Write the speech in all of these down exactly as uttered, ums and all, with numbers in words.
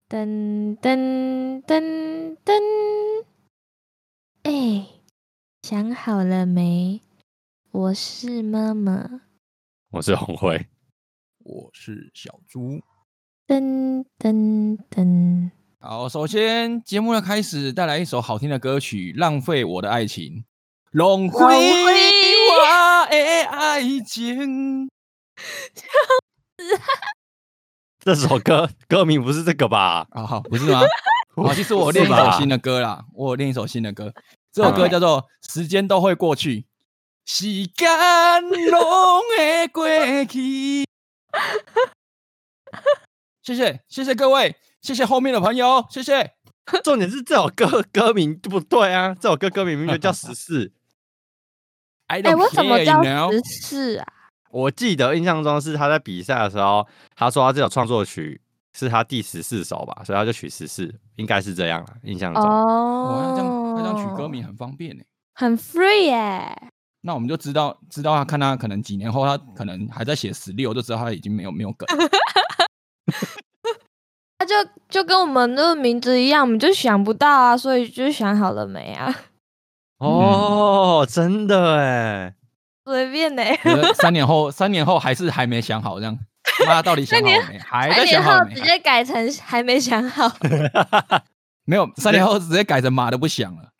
噔噔噔噔，哎，想好了没？我是妈妈， 我是红辉， 我是小猪。 噔噔噔。 好，首先节目的开始，带来一首好听的歌曲《浪费我的爱情》，浪费我的爱情。 这首歌歌名不是这个吧？ 啊、好，不是吗？好，其实我练一首新的歌啦，我有练一首新的歌，这首歌叫做《时间都会过去》，时间拢会过去。谢谢，谢谢各位，谢谢后面的朋友，谢谢。 重点是这首歌歌名不对啊，这首歌歌名明明就叫十四。 哎， 为什么叫十四啊？ 我记得印象中是他在比赛的时候，他说他这首创作曲是他第十四首吧，所以他就取十四，应该是这样啦，印象中。 哦， 哇，那这样那这样取歌名很方便呢， 很 free 耶。 那我们就知道知道他看他可能几年后他可能还在写十六，就知道他已经没有没有梗。 他就就跟我们的名字一样，我们就想不到啊，所以就想好了没啊？ 哦，嗯、真的哎， 随便呢、欸。 三年后，三年后还是还没想好，这样妈到底想好了没？还在想好了没？ 三年后直接改成还没想好。 没有，三年后直接改成马都不想了。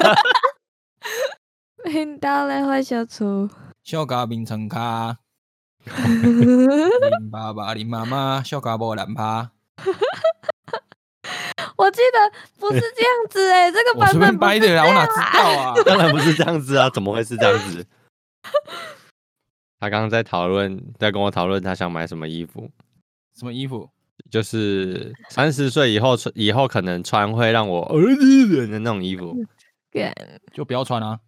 领导来换小厨， 小家冰成卡，林爸爸林妈妈，小家无难趴。 我记得不是这样子哎、欸，这个版本不是这样、啊、 我随便掰的啦，我哪知道啊？ 当然不是这样子啊，怎么会是这样子？他刚刚在讨论，在跟我讨论他想买什么衣服。 什么衣服？ 就是三十岁以后以后可能穿会让我儿子的那种衣服， 就不要穿啊。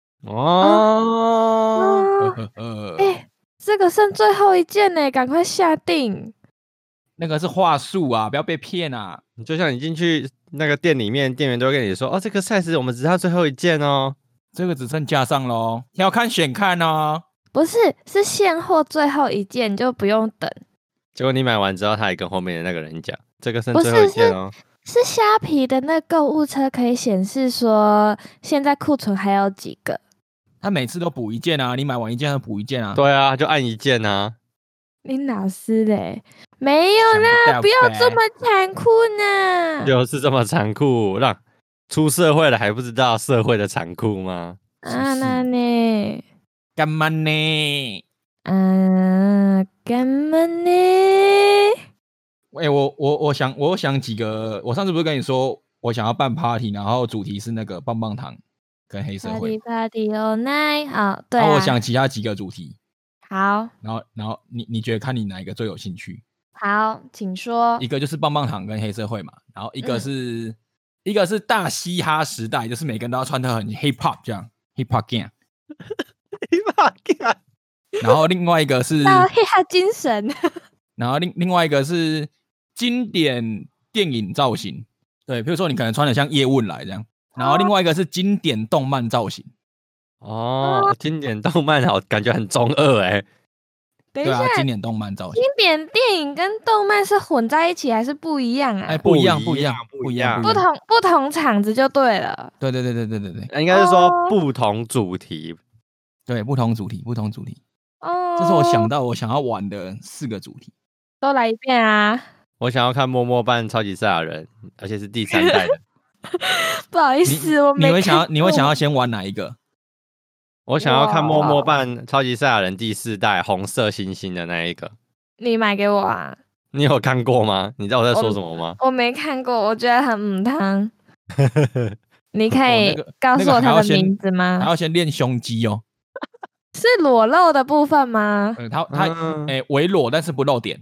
哦， 哎、哦欸，这个剩最后一件呢，赶快下定。 那个是话术啊，不要被骗啊！ 就像你进去那个店里面，店员都会跟你说：“哦，这个 size 我们只剩最后一件哦， 这个只剩架上咯，要看选看哦。” 不是，是现货最后一件，就不用等。 结果你买完之后，他也跟后面的那个人讲：“这个剩最后一件哦。” 是虾皮的那购物车可以显示说现在库存还有几个。 他每次都补一件啊，你买完一件他补一件啊。 对啊，就按一件啊。 你哪是嘞？没有啦，不要这么残酷呢。 就是这么残酷，让出社会了还不知道社会的残酷吗？ 啊，那呢？ 干嘛呢？ 啊，干嘛呢？ 哎、欸，我我我想我想几个，我上次不是跟你说我想要办 party， 然后主题是那个棒棒糖跟黑社会 party party all night 啊，对啊。 然后我想其他几个主题。 好。 然后然后你你觉得看你哪一个最有兴趣？ 好，请说。 一个就是棒棒糖跟黑社会嘛，然后一个是、嗯、一个是大嘻哈时代，就是每个人都要穿得很 hip hop 这样 hip hop gang hip hop gang。 然后另外一个是到 hip hop 精神。 然后另另外一个是经典电影造型，对，比如说你可能穿得像叶问来这样。然后另外一个是经典动漫造型。 哦，经典动漫好，感觉很中二哎、欸。 等一下， 对啊，经典动漫造型。 经典电影跟动漫是混在一起还是不一样啊？ 哎，不一样，不一样，不一样， 不同不同场子就对了。 对对对对对对对， 应该是说不同主题。哦、 对，不同主题，不同主题。 哦， 这是我想到我想要玩的四个主题。 都来一遍啊！ 我想要看默默扮超级赛亚人，而且是第三代的。 不好意思，我没你会想要你会想要先玩哪一个？ 我想要看默默扮超级赛亚人第四代红色星星的那一个。 你买给我啊！ 你有看过吗？你知道我在说什么吗？ 我, 我没看过，我觉得很母汤。你可以告诉我他的名字吗？ 还、那個、要先练胸肌哦。 是裸露的部分吗？ 嗯，他他诶，微、欸、裸但是不露点。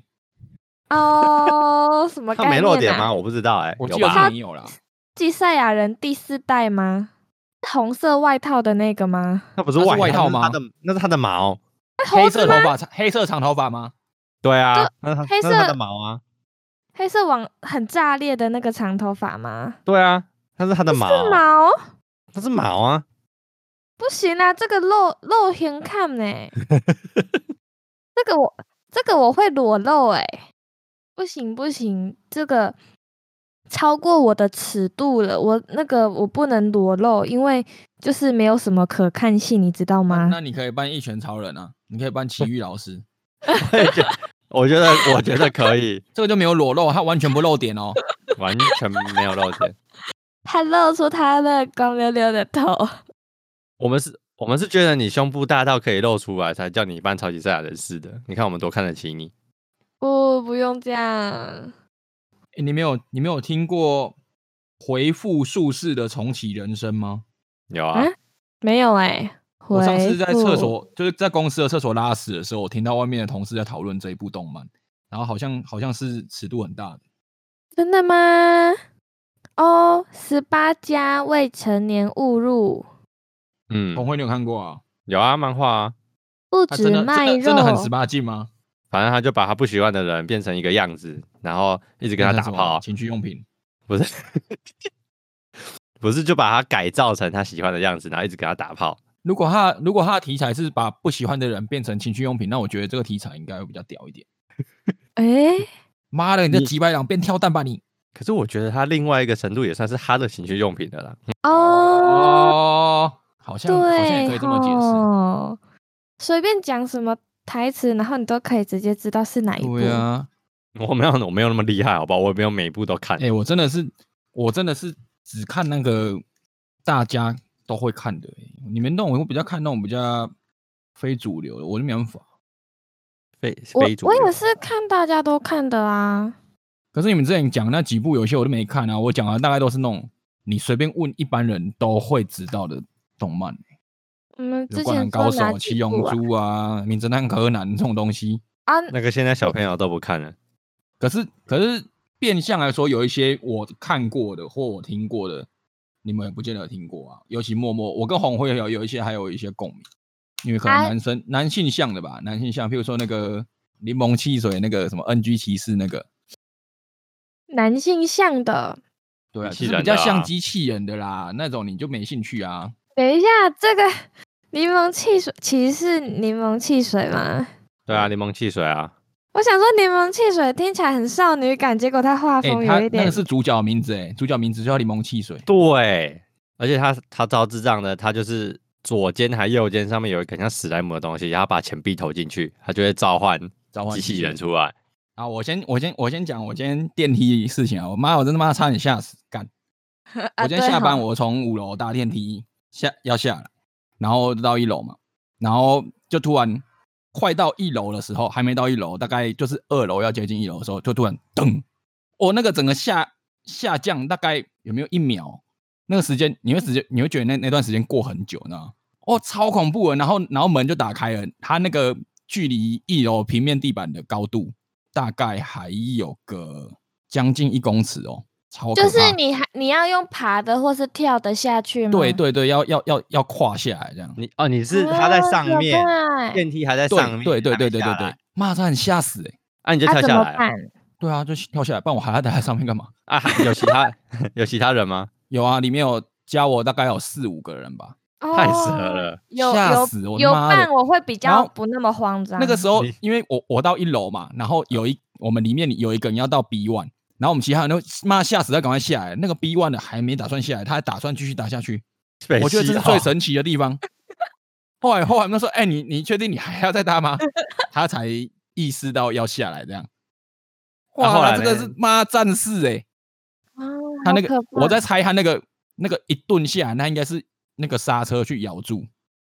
哦，什么概念、啊？ 他没露点吗？我不知道哎、欸， 我记得是没有啦。 季赛亚人第四代吗？红色外套的那个吗？ 那不是外 套, 外套吗？ 那是他的毛。 黑色头发，黑色长头发吗？ 对啊，那黑色那是他的毛啊。 黑色网很炸裂的那个长头发吗？ 对啊，那是他的毛。 是毛？ 它是毛啊。 不行啊，这个露露很看呢、欸。这个我这个我会裸露哎、欸，不行不行，这个超过我的尺度了，我那个我不能裸露，因为就是没有什么可看性，你知道吗？ 那你可以扮一拳超人啊，你可以扮奇遇老师。 我也觉得，我觉得，我觉得可以。 这个就没有裸露，他完全不露点哦， 完全没有露点。 他露出他的光溜溜的头。 我们是，我们是觉得你胸部大到可以露出来，才叫你扮超级赛亚人士的。你看我们多看得起你。 不，不用这样。 欸、你没有，你没有听过回复术士的重启人生吗？ 有啊， 啊没有哎、欸。 我上次在厕所，就是在公司的厕所拉屎的时候，我听到外面的同事在讨论这一部动漫，然后好像好像是尺度很大的。 真的吗？哦，十八加未成年误入。 嗯， 红辉你有看过啊？ 有啊，漫画啊。 不止卖肉， 真的很十八禁吗？ 反正他就把他不喜欢的人变成一个样子，然后一直跟他打炮。 情趣用品不是，不是就把他改造成他喜欢的样子，然后一直跟他打炮。 如果他如果他的题材是把不喜欢的人变成情趣用品，那我觉得这个题材应该会比较屌一点。 哎、欸， 妈的，你这几百两变跳蛋吧你！ 可是我觉得他另外一个程度也算是他的情趣用品的啦。 哦， 哦好像好像也可以这么解释。 随便讲什么台词，然后你都可以直接知道是哪一部。 对啊， 我没有我没有那么厉害，好不好？我也没有每一部都看。 哎、欸，我真的是我真的是只看那个大家都会看的、欸。你们那种我比较看那种比较非主流的，我就没办法。 非非主流。 我我也是看大家都看的啊。 可是你们之前讲那几部，有些我都没看啊。我讲的大概都是那种你随便问一般人都会知道的动漫。 我们之前灌篮高手、七龙珠啊、名侦探柯南这种东西啊， 那个现在小朋友都不看了。 可是可是变相来说，有一些我看过的或我听过的，你们也不见得听过啊。尤其默默，我跟红辉有有一些还有一些共鸣，因为可能男生、啊、男性向的吧，男性向，譬如说那个柠檬汽水那个什么 N G 骑士那个， 男性向的， 对啊，就是比较像机器人的啦，那种你就没兴趣啊。 等一下，这个柠檬汽水其实是柠檬汽水吗？ 对啊，柠檬汽水啊。 我想说柠檬汽水听起来很少女感，结果他画风有一点、 欸、那个是主角名字哎，主角名字就叫柠檬汽水。 对，而且他他超智障的，他就是左肩还右肩上面有一个像史莱姆的东西，然后把钱币投进去，他就会召唤召唤机器人出来。 啊，我先我先我先讲我今天电梯事情啊，我妈我真的妈差点吓死干。我今天下班我从五楼搭电梯下要下来，然后到一楼嘛，然后就突然。快到一楼的时候，还没到一楼，大概就是二楼要接近一楼的时候，就突然噔，我、哦、那个整个下下降大概有没有一秒？那个时间你会直接你会觉得那那段时间过很久呢？哦，超恐怖的。然后然后门就打开了，它那个距离一楼平面地板的高度大概还有个将近一公尺哦。 就是你还你要用爬的或是跳的下去吗？ 对对对，要要要要跨下来这样。 你哦，你是他在上面，啊、电梯还在上面， 对对对对对对，妈，这很吓死哎、欸！ 啊，你就跳下来、啊， 对啊，就跳下来，不然我还要待在上面干嘛？ 啊，有其他有其他人吗？ 有啊，里面有加我大概有四五个人吧。 哦、 太扯了， 吓死我！ 有伴我会比较不那么慌张。 那个时候，因为我我到一楼嘛，然后有一我们里面有一个人要到 B 一。然后我们其他人都妈吓死，要赶快下来。那个 B 一 的还没打算下来，他还打算继续打下去。我觉得这是最神奇的地方。后来后来他们说：“哎、欸，你你确定你还要再打吗？”他才意识到要下来这样。哇，后来这个是妈战士哎、欸！他那个我在猜他那个那个一顿下来，那应该是那个刹车去咬住。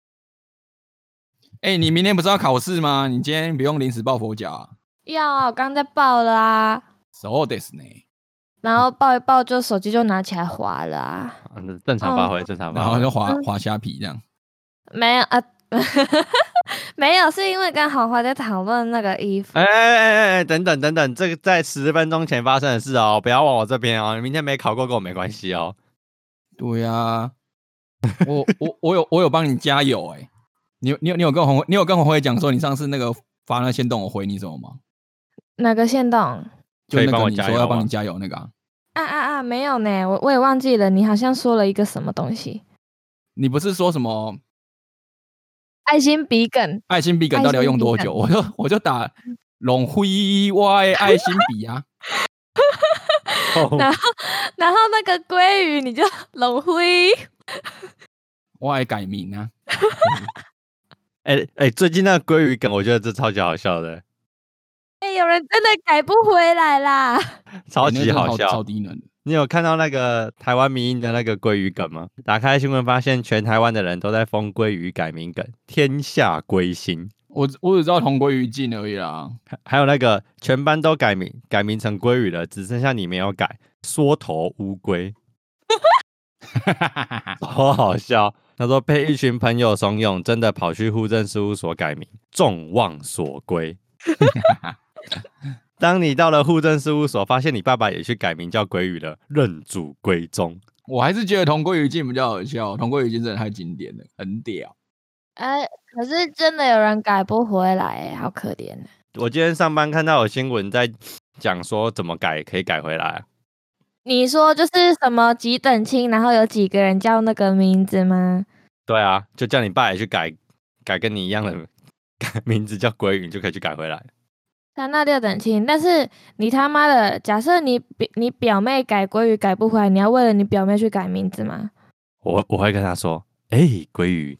哎、欸，你明天不是要考试吗？你今天不用临时抱佛脚啊？ 要，我刚在抱了啊。 そうですね。 然后抱一抱，就手机就拿起来滑了啊。 正常发挥，正常发挥。 然后就滑滑虾皮这样。 没有啊，没有，是因为跟豪华在讨论那个衣服。 哎哎哎，等等等等，这个在十分钟前发生的事哦，不要往我这边哦。你明天没考过跟我没关系哦。 对啊，我我我有我有帮你加油哎、欸。你你有你有跟红你有跟红辉讲说你上次那个发那限动我回你什么吗？ 哪个限动？ 就那个你说要帮你加油那个啊啊啊啊！没有呢，我我也忘记了。你好像说了一个什么东西？ 你不是说什么爱心笔梗？ 爱心笔梗到底要用多久？我就我就打龙辉 Y 爱心笔啊。 然后然后那个鲑鱼你就龙灰。 我还改名啊！ 哎哎、欸欸，最近那个鲑鱼梗，我觉得这超级好笑的。 哎、欸，有人真的改不回来啦， 超级好笑， 欸、超低能的。 你有看到那个台湾迷因的那个鲑鱼梗吗？打开新闻发现，全台湾的人都在封鲑鱼改名梗，天下归心。 我我只知道同归于尽而已啦。 还有那个全班都改名，改名成鲑鱼了，只剩下你没有改，缩头乌龟。好好笑。他说被一群朋友怂恿，真的跑去户政事务所改名，众望所归。当你到了户政事务所，发现你爸爸也去改名叫鲑鱼了，认祖归宗。 我还是觉得同归于尽比较好笑，同归于尽真的太经典了，很屌。 哎、欸，可是真的有人改不回来，好可怜。 我今天上班看到有新闻在讲说怎么改可以改回来。 你说就是什么几等亲，然后有几个人叫那个名字吗？ 对啊，就叫你爸也去改，改跟你一样的改名字叫鲑鱼，你就可以去改回来。 三到六等亲，但是你他妈的，假设你你表妹改鲑鱼改不回来，你要为了你表妹去改名字吗？ 我我会跟他说，哎、欸，鲑鱼。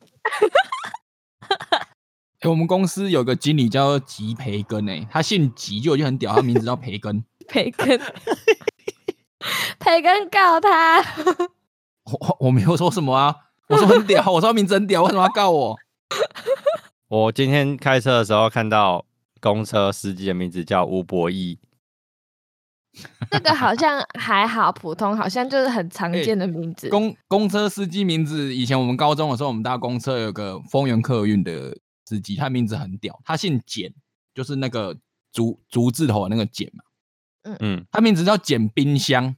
欸、我们公司有个经理叫吉培根，哎，他姓吉就已经很屌，他名字叫培根。 培根。培根告他。 我我没有说什么啊，我说很屌，我说他名字很屌，为什么要告我？ 我今天开车的时候看到公车司机的名字叫吴博义。 这个好像还好，普通，好像就是很常见的名字。 欸、公公车司机名字，以前我们高中的时候，我们搭公车有个丰原客运的司机，他名字很屌，他姓简，就是那个竹竹字头的那个简嘛。嗯嗯，他名字叫简冰箱。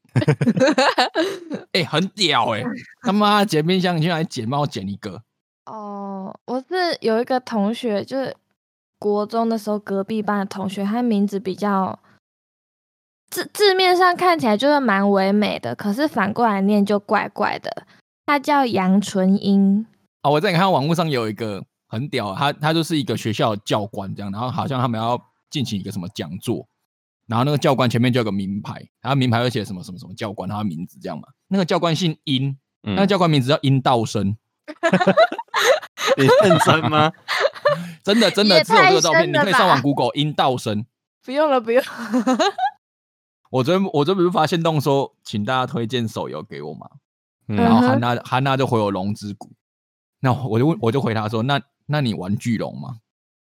哎、欸，很屌哎、欸！他妈捡冰箱，你去哪里捡？帮我捡一个。 哦，我是有一个同学，就是国中的时候隔壁班的同学，他名字比较字字面上看起来就是蛮唯美的，可是反过来念就怪怪的。他叫杨纯英。 哦，我在看网络上有一个很屌，他他就是一个学校的教官这样，然后好像他们要进行一个什么讲座。然后那个教官前面就有个名牌，然后名牌会写什么什么什么教官，他的名字这样嘛。那个教官姓殷，嗯、那个教官名字叫殷道生。 你认真吗？ 真的真的，只有这个照片，你可以上网 Google 殷道生。 不用了不用。 我昨天我这不是发现动说，请大家推荐手游给我嘛， 嗯、 然后汉娜汉娜就回我龙之谷，那我就我就回他说，那那你玩巨龙吗？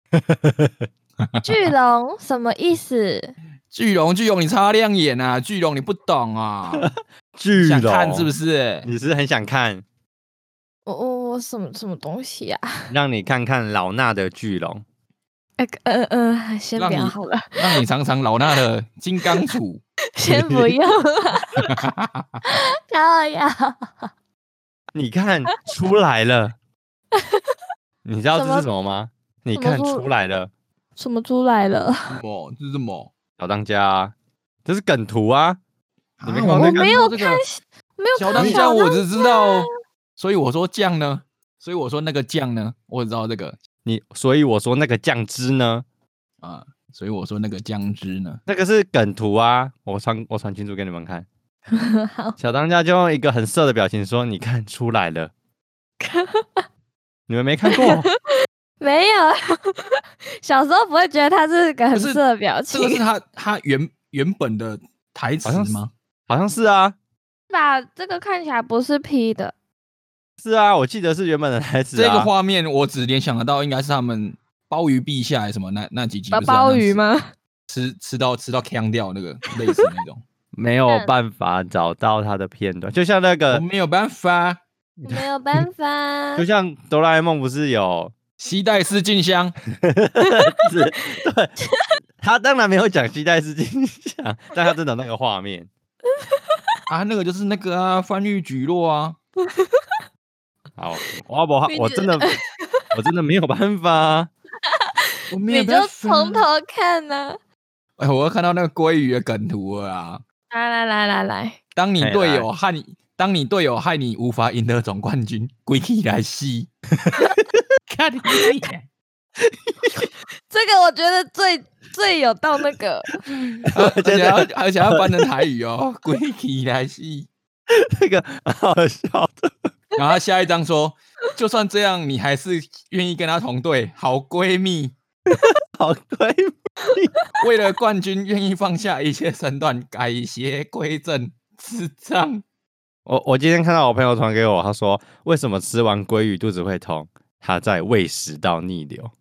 巨龙什么意思？ 巨龙，巨龙，你擦亮眼啊！巨龙，你不懂啊！ 巨龙， 想看是不是？ 你是不是很想看？ 我我我什么什么东西啊？ 让你看看老衲的巨龙。 呃呃呃，先不要好了。 让 你, 让你尝尝老衲的金刚杵。 先不用了。靠呀！ 你看出来了。你知道这是什么吗？你看出来了。 什么出来了？ 什么？这是什么？ 小当家、啊，这是梗图啊！你没看、啊、 我没有看， 这个、 没有看小当家，我只知道，所以我说酱呢，所以我说那个酱呢，我只知道这个。 你所以我说那个酱汁呢？ 啊，所以我说那个酱汁呢？ 那个是梗图啊！我传我传清楚给你们看。小当家就用一个很色的表情说：“你看出来了。”你们没看过？ 没有，小时候不会觉得他是个很色的表情。 这个是他他原原本的台词吗？ 好像是啊。 吧，这个看起来不是 P 的。 是啊，我记得是原本的台词、 啊。这个画面我只联想得到，应该是他们鲍鱼陛下还是什么那那几集？ 鲍鱼吗？ 吃吃到吃到呛掉那个类似那种。 没有办法找到他的片段，就像那个我没有办法， 没有办法。 就像哆啦 A 梦不是有西带式静香？ 是，对，他当然没有讲西带式静香，但他真的那个画面啊，那个就是那个啊，翻玉举落啊。 好，我我我真的我真的没有办法， 我没有办法， 你就从头看呢、啊。 哎，我又看到那个鲑鱼的梗图了啊！ 来来来来来， 当你队友害你，当你队友害你无法赢得总冠军，归起来吸。看你这个我觉得最最有到那个， 而且要而且要翻成台语哦，鬼起来戏， 这个好笑的。 然后他下一章说，就算这样，你还是愿意跟他同队，好闺蜜， 好闺蜜， 为了冠军愿意放下一切身段，改邪归正，智障。 我我今天看到我朋友传给我，他说为什么吃完鲑鱼肚子会痛？他在胃食道逆流。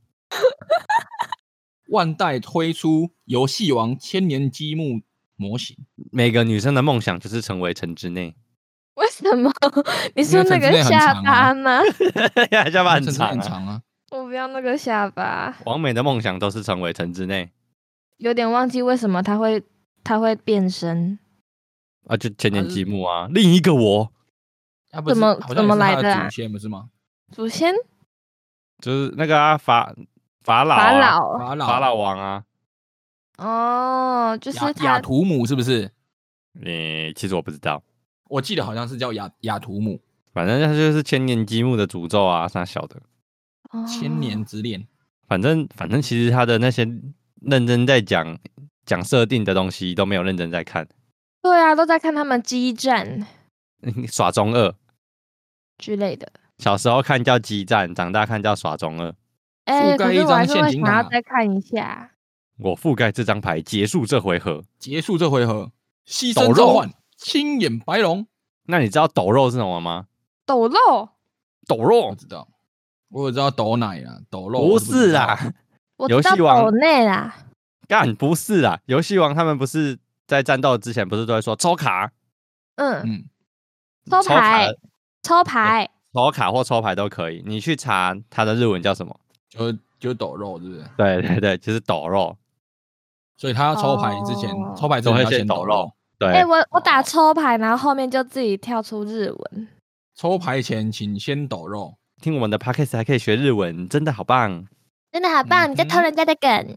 万代推出游戏王千年积木模型， 每个女生的梦想就是成为陈之内。 为什么？你说那个下巴吗？ 下巴很长、啊， 很长啊！ 我不要那个下巴。 王美的梦想都是成为陈之内。 有点忘记为什么他会他会变身啊，就千年积木啊，另一个我。 啊、 怎么怎么来的、啊？ 祖先不是吗？ 祖先就是那个啊，法法老、啊、 法老法老法老王啊。 哦，就是他雅图姆是不是？ 诶、其实我不知道。 我记得好像是叫雅雅图姆， 反正它就是千年积木的诅咒啊，啥小的， 哦、 千年之恋。 反正反正其实他的那些认真在讲讲设定的东西都没有认真在看。 对啊，都在看他们激战， 耍中二之类的。 小时候看叫激战，长大看叫耍中二。 哎、欸，可是我还是会想要再看一下。 我覆盖这张牌，结束这回合， 结束这回合，牺牲召唤。青眼白龙， 那你知道斗肉是什么吗？ 斗肉， 斗肉， 我知道，我有知道斗奶啦，斗肉不是啦，游戏王斗内啦， 干不是啦，游戏王他们不是在战斗之前不是都会说抽卡？ 嗯嗯，抽牌，抽牌， 抽卡或抽牌都可以，你去查它的日文叫什么？ 就就斗肉，是不是？ 对对对，就是斗肉。 所以他要抽牌之前，哦、抽牌之前要先斗肉。 对， 哎、欸，我我打抽牌，然后后面就自己跳出日文。 抽牌前请先抖肉。 听我们的 podcast 还可以学日文，真的好棒， 真的好棒！嗯、你在偷人家的梗。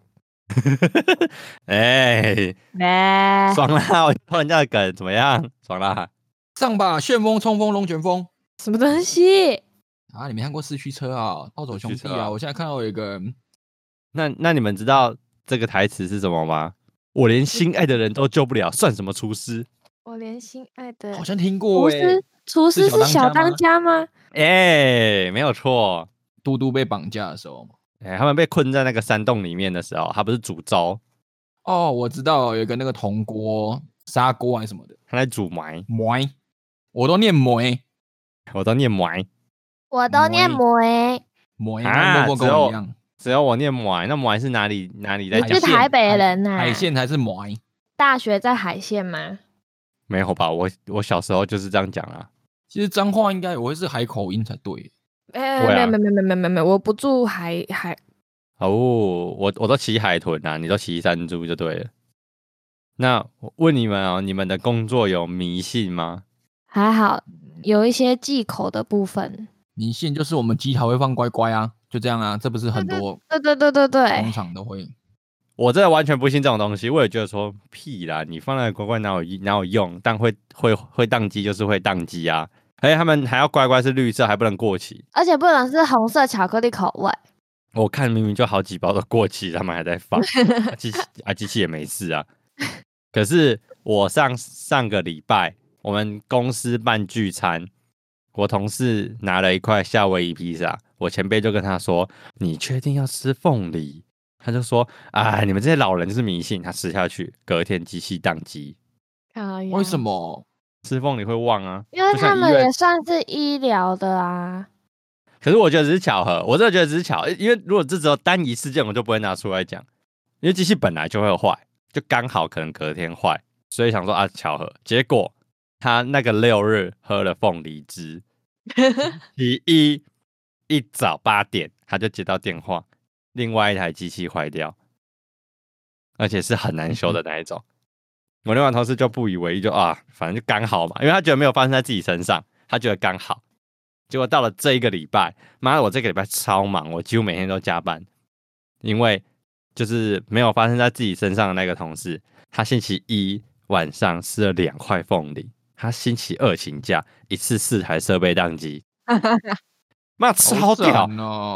哎哎、欸，爽啦！我偷人家的梗怎么样？爽啦！ 上吧，旋风冲锋龙卷风。 什么东西？ 啊，你没看过四驱车啊？暴走兄弟啊！我现在看到有一个， 那那你们知道这个台词是什么吗？我连心爱的人都救不了，算什么厨师？ 我连心爱的好像听过哎、 欸，厨师是小当家吗？ 哎、欸，没有错。 嘟嘟被绑架的时候， 哎、欸，他们被困在那个山洞里面的时候，他不是煮粥哦，我知道有一个那个铜锅、砂锅还是什么的， 他在煮糜糜，我都念糜， 我都念糜， 我都念糜， 糜啊，跟我一样。 只有我念糜，那糜是哪里哪里在讲？ 你是台北人呐、啊？ 海线还是糜？ 大学在海线吗？ 没有吧，我我小时候就是这样讲啊。 其实彰化应该我会是海口音才对。 哎、欸，没有没有没有没有没有，我不住海海。 哦，我我都骑海豚啊，你都骑山猪就对了。那我问你们哦，你们的工作有迷信吗？ 还好，有一些忌口的部分。 迷信就是我们机台会放乖乖啊。就这样啊，这不是很多对对对对对工厂都会。 我真的完全不信这种东西，我也觉得说屁啦，你放那个乖乖哪有哪有用？但会会会宕机就是会宕机啊！而且他们还要乖乖是绿色，还不能过期， 而且不能是红色巧克力口味。 我看明明就好几包都过期，他们还在放，啊机器啊机器也没事啊。可是我上上个礼拜我们公司办聚餐，我同事拿了一块夏威夷披萨。我前辈就跟他说：“你确定要吃凤梨？”他就说：“啊，你们这些老人就是迷信。”他吃下去，隔天机器宕机。 为什么？ 吃凤梨会忘啊？ 因为他们也算是医疗的啊。 可是我觉得只是巧合，我真的觉得只是巧，因为如果这只有单一事件，我就不会拿出来讲。因为机器本来就会坏，就刚好可能隔天坏，所以想说啊巧合。结果他那个六日喝了凤梨汁，其一。一早八点，他就接到电话，另外一台机器坏掉，而且是很难修的那一种。我另外同事就不以为意，就啊，反正就刚好嘛，因为他觉得没有发生在自己身上，他觉得刚好。结果到了这一个礼拜，妈的，我这个礼拜超忙，我几乎每天都加班，因为就是没有发生在自己身上的那个同事，他星期一晚上吃了两块凤梨，他星期二请假，一次四台设备宕机。妈超屌哦！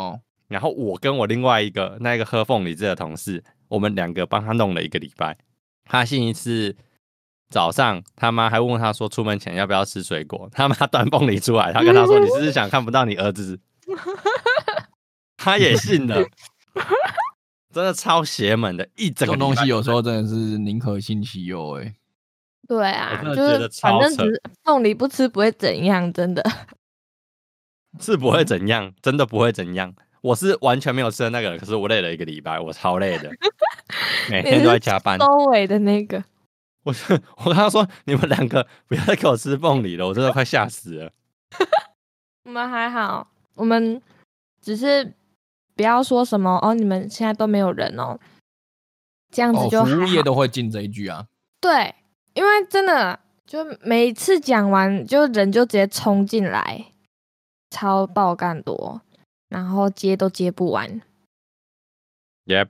然后我跟我另外一个那个喝凤梨汁的同事，我们两个帮他弄了一个礼拜。他星期四早上，他妈还问他说出门前要不要吃水果，他妈端凤梨出来，他跟他说：“你是不是想看不到你儿子？”他也信了，真的超邪门的，一整个这种东西有时候真的是宁可信其有哎、欸。 对啊， 我真的觉得就是反超扯正只是凤梨不吃不会怎样，真的。 是不会怎样，真的不会怎样。我是完全没有吃的那个人，可是我累了一个礼拜，我超累的，每天都在加班。 收尾的那个， 我我跟他说：“你们两个不要再给我吃凤梨了，我真的快吓死了。” 我们还好，我们只是不要说什么哦，你们现在都没有人哦，这样子哦， 就还好。 服务业都会进这一句啊。 对，因为真的就每次讲完，就人就直接冲进来，超爆干多，然后接都接不完。 Yep。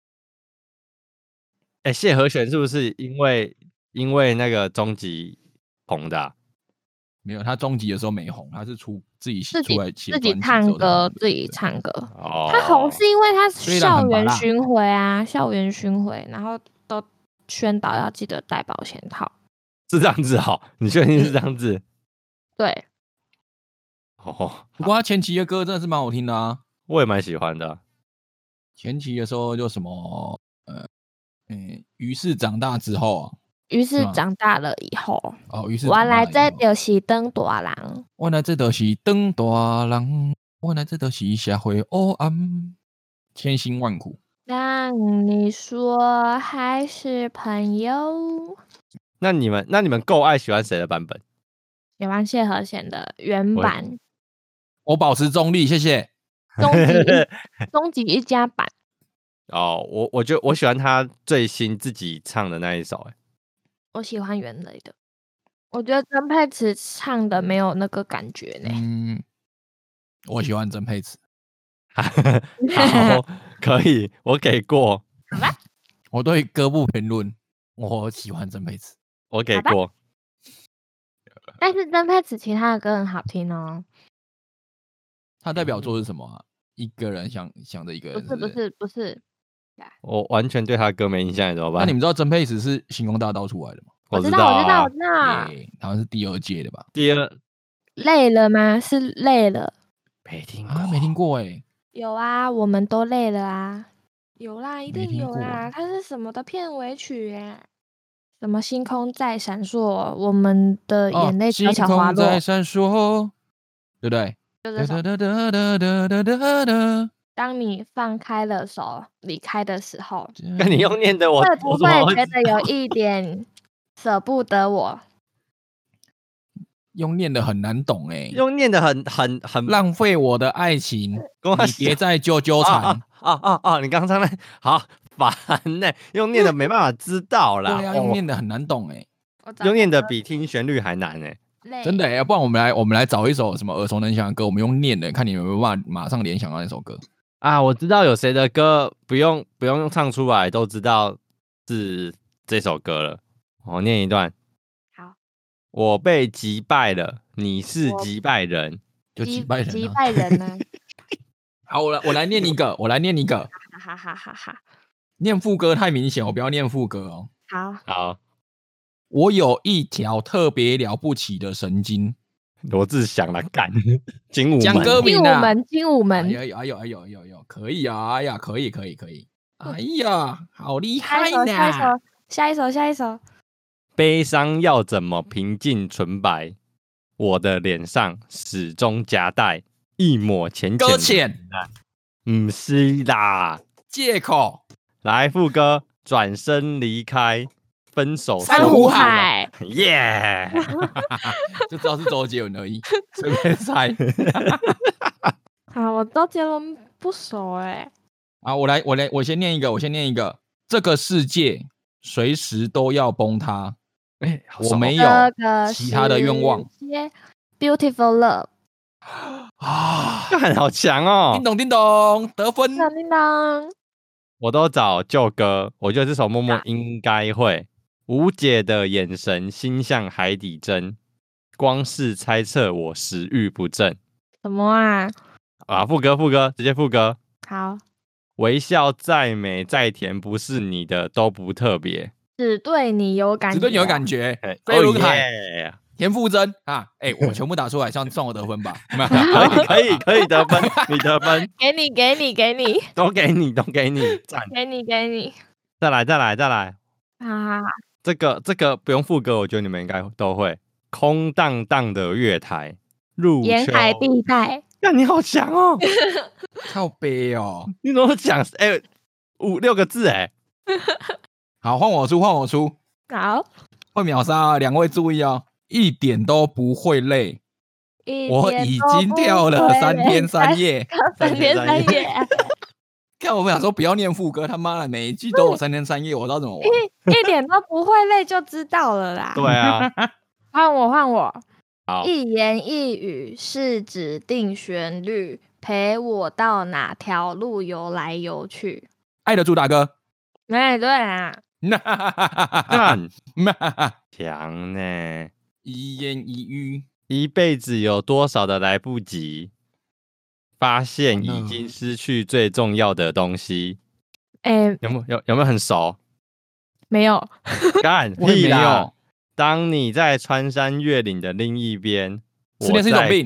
哎、欸，谢和弦是不是因为因为那个终极红的、啊？ 没有，他终极的时候没红，他是出自己自己出来写自己唱歌，自己唱歌。 哦， 他红是因为他虽然校很拔辣园巡回啊，校园巡回，然后都宣导要记得带保险套。 是这样子哦？你确定是这样子？ 对， 哦， 不过他前期的歌真的是蛮好听的啊。 我也蛮喜欢的。 前期的时候就什么呃嗯，于是长大之后啊， 于是是吗长大了以后， 哦，于是原来这长大以后就是当大人。 原来这就是当大人，原来这就是社会黑暗，千辛万苦。 让你说还是朋友。 那你们那你们够爱喜欢谁的版本？ 喜欢谢和弦的原版， 我保持中立，谢谢。 终极终极一家版。 哦，我我觉得我喜欢他最新自己唱的那一首，哎， 我喜欢原雷的，我觉得曾沛慈唱的没有那个感觉呢。 嗯，我喜欢曾沛慈。 好，可以，我给过。 好吧， 我对歌不评论，我喜欢曾沛慈。 我给过。 但是曾沛慈其他的歌很好听哦。 他代表作是什么啊？一个人想想着一个人， 不是不是不是， 我完全对他的歌没印象，怎么办？ 那你们知道曾沛慈是星光大道出来的吗？ 知我道、啊， 我知道我知道。 耶好像是第二届的吧？ 第二累了吗？是累了。 没听过， 啊，没听过哎。 有啊，我们都累了啊。有啦，一定没听过有啦。 欸它是什么的片尾曲耶？什么星空在闪烁，我们的眼泪悄悄滑落， 星空在闪烁，对不对？ 就这首。 哒哒哒哒哒哒哒。 当你放开了手离开的时候， 跟你用念的我， 会不我怎么会觉得有一点舍不得我？ 用念的很难懂哎、 用念的很很很浪费我的爱情， 跟我你别再纠纠缠。 啊啊啊啊！你刚刚那好烦呢、欸，用念的没办法知道啦。 对啊， 哦用念的很难懂哎、 用念的比听旋律还难呢、欸。 累真的哎、不然我们来我们来找一首什么耳熟能详的歌，我们用念的，看你们有没有办法马上联想到那首歌。 啊，我知道有谁的歌不用不用唱出来都知道是这首歌了。我念一段。 好， 我被击败了，你是我击败人， 就击败人、啊， 击败人呢？ 好，我来我来念一个，我来念一个， 哈哈哈哈哈！ 念副歌太明显，我不要念副歌哦。 好， 好， 我有一条特别了不起的神经， 罗志祥来干，精武讲门， 歌名啊， 精武门，精武哎门， 呀哎呦哎呦哎呦哎呦，可以啊，哎呀可以可以可以，哎呀，好厉下一首， 害呢！ 下一首，下一首，下一首。 悲伤要怎么平静纯白？我的脸上始终夹带一抹浅搁浅的浅， 唔是啦。 借口， 来副歌，转身离开，分手珊瑚海， 耶！ 就知道是周杰伦而已，随便猜。 好，我周杰伦不熟哎。 啊，我来我来我先念一个，我先念一个，这个世界随时都要崩塌。 哎、 我没有这个其他的愿望世界 Beautiful Love， 啊！ 干好强哦叮！咚叮咚，得分。 叮当叮当， 我都找旧歌，我觉得这首默默应该会。无解的眼神，心向海底针，光是猜测我食欲不振。 什么啊？ 啊，副歌副歌，直接副歌。 好， 微笑再美再甜，不是你的都不特别。 只对你有感觉， 只对你有感觉。 哎飞轮海、 哦耶田馥甄啊，哎、我全部打出来，算算我得分吧。 可以可以可以得分，你得分， 给你，给你，给你， 都给你，都给你，赞！ 给你，给你。 再来再来再来， 好好好， 这个这个不用副歌，我觉得你们应该都会。空荡荡的月台，入秋。 沿海地带， 那你好强哦！ 靠背哦。 你怎么讲？哎、欸，五六个字哎。 好，换我出，换我出， 好， 会秒杀啊！两位注意哦，一点都不会累。我已经跳了三天三夜， 三天三夜。 看我们想说不要念副歌，他妈的每一句都有三天三夜，我知道怎么玩。 一一点都不会累就知道了啦。 对啊， 换我换我。 好， 一言一语是指定旋律，陪我到哪条路游来游去。 爱的主打歌， 哎，对啊， 看强呢， 一言一语， 一辈子有多少的来不及，发现已经失去最重要的东西。 哎， 有没有有有没有很熟？ 没有， 干我也屁啦！ 没有。 当你在穿山越岭的另一边， 失恋是一种病。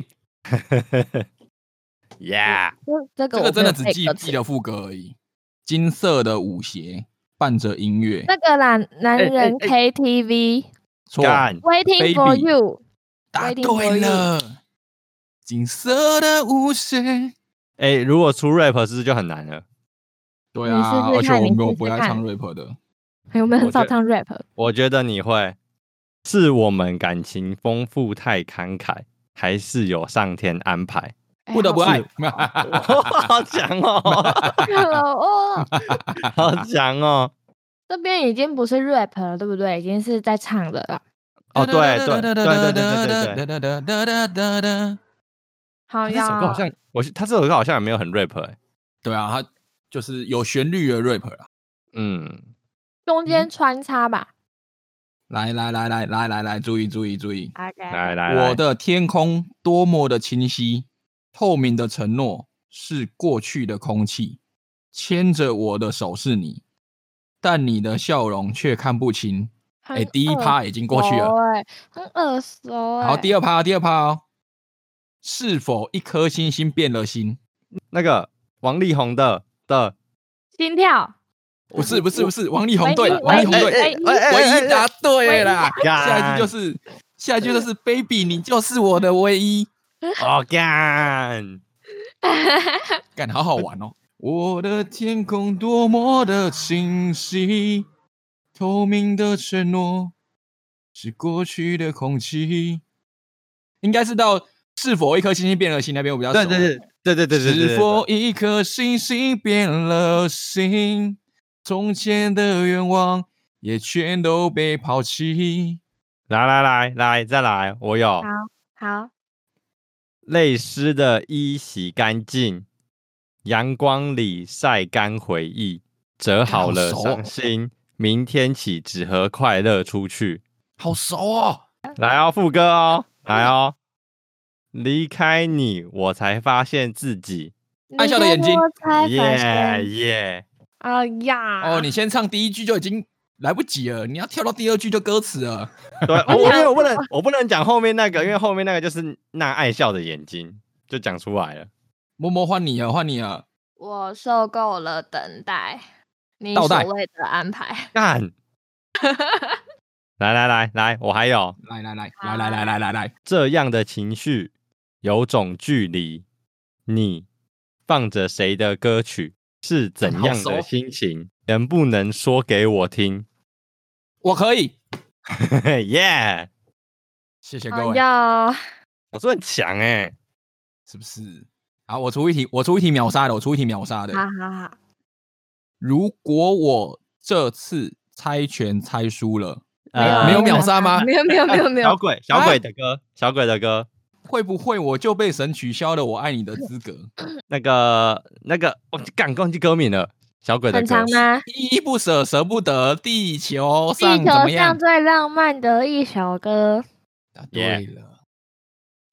Yeah， 这个这个真的只记记记得副歌而已。金色的舞鞋伴着音乐， 那个啦，男人 K T V， 错 ，Waiting for you， 答对了。金色的舞鞋， 哎，如果出 rap 是不是就很难了？ 对啊，而且我没有不爱唱 rap 的， 我们很少唱 rap。 我觉得你会，是我们感情丰富太慷慨，还是有上天安排？ 不得不爱， 好强哦！ 哦， 好强哦！ 这边已经不是 rap 了，对不对？已经是在唱的了。 哦，对对对对对对对对。 好呀， 这首歌好像我，他这首歌好像也没有很 rap 哎。 对啊，他就是有旋律的 rap 啦。 嗯， 中间穿插吧。 来来来来来来来，注意注意注意！ 来来， 我的天空多么的清晰。透明的承诺是过去的空气，牵着我的手是你，但你的笑容却看不清。哎、欸，第一趴已经过去了， 很耳熟、欸。 好，第二趴，第二趴哦。是否一颗星星变了心？ 那个王力宏的的心跳， 不是不是不是，王力宏对了，王力宏对，唯一答对啦。下一句就是下一句就是 ，baby， 你就是我的唯一。 哦干， 干好好玩哦！我的天空多么的清晰，透明的承诺是过去的空气。应该是到是否一颗星星变了心那边我比较熟。 对对对对对对对。 是否一颗星星变了心？从前的愿望也全都被抛弃。 来来来来，再来，我有。 好，好。 泪湿的衣洗干净，阳光里晒干回忆，折好了伤心，明天起只和快乐出去。 好熟哦！ 来哦，副歌哦，来哦。离开你，我才发现自己爱笑的眼睛。 耶耶！ 哎呀！ 哦，你先唱第一句就已经来不及了，你要跳到第二句就歌词了。 对，我我不能，我不能讲后面那个，因为后面那个就是那爱笑的眼睛，就讲出来了。 默默换你了，换你了。 我受够了等待，你所谓的安排。 干！来来来来，我还有， 来来来来来来来来来， 这样的情绪有种距离，你放着谁的歌曲，是怎样的心情？能不能说给我听？ 我可以。 耶！ 谢谢各位。 要， 我说很强哎、欸， 是不是？好，我出一题，我出一题秒杀的，我出一题秒杀的。 好好好。 如果我这次猜拳猜输了， 呃， 没有秒杀吗？ 没有没有没有没有。 小鬼小鬼的歌，啊、小鬼的歌， 会不会我就被神取消了我爱你的资格？ 那个那个，我干忘记歌名了。小鬼的歌很长吗？ 依依不舍，舍不得，地球上地球上最浪漫的一首歌。 答对了，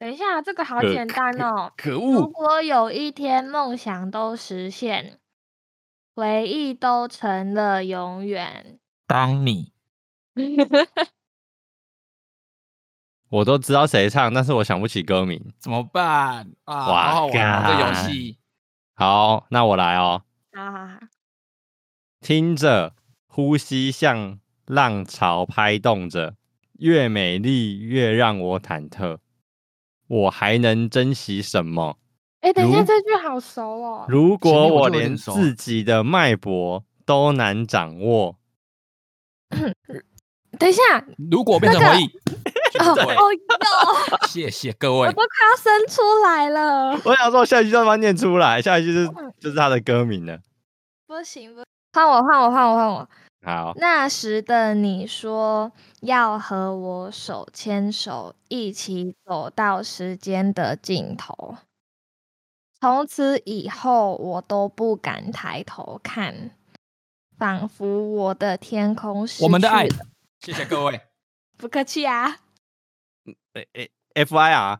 等一下，这个好简单哦。 可如恶！ 果有一天梦想都实现，回忆都成了永远。 当你我都知道谁唱，但是我想不起歌名。 怎么办啊？ 哇好好玩哦，这游干戏。 好，那我来哦。 好好好， 听着，呼吸像浪潮拍动着，越美丽越让我忐忑。我还能珍惜什么？ 哎，等一下， 如这句好熟哦。 如果前面我我连就有点熟自己的脉搏都难掌握， 等一下， 如果变成回忆， 哦对哦哟， 谢谢各位我都。快要生出来了。 我想说我下一句要把它念出来，下一句就是就是他的歌名了。 不行，不，换我，换我，换我，换我。 好， 那时的你说要和我手牵手，一起走到时间的尽头。从此以后，我都不敢抬头看，仿佛我的天空失去我们的爱了， 谢谢各位。 不客气啊。 诶诶，F I R，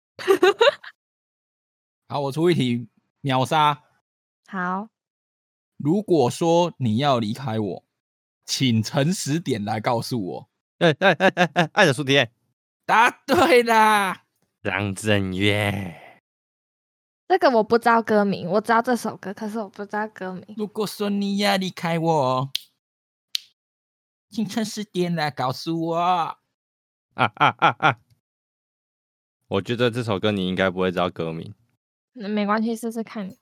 好，我出一题秒杀。 好， 如果说你要离开我，请诚实点来告诉我。 哎哎哎哎哎，爱的书蝶， 答对啦！ 张震岳。 这个我不知道歌名，我知道这首歌，可是我不知道歌名。 如果说你要离开我，请诚实点来告诉我。 啊啊啊啊！我觉得这首歌你应该不会知道歌名。 那没关系，试试看。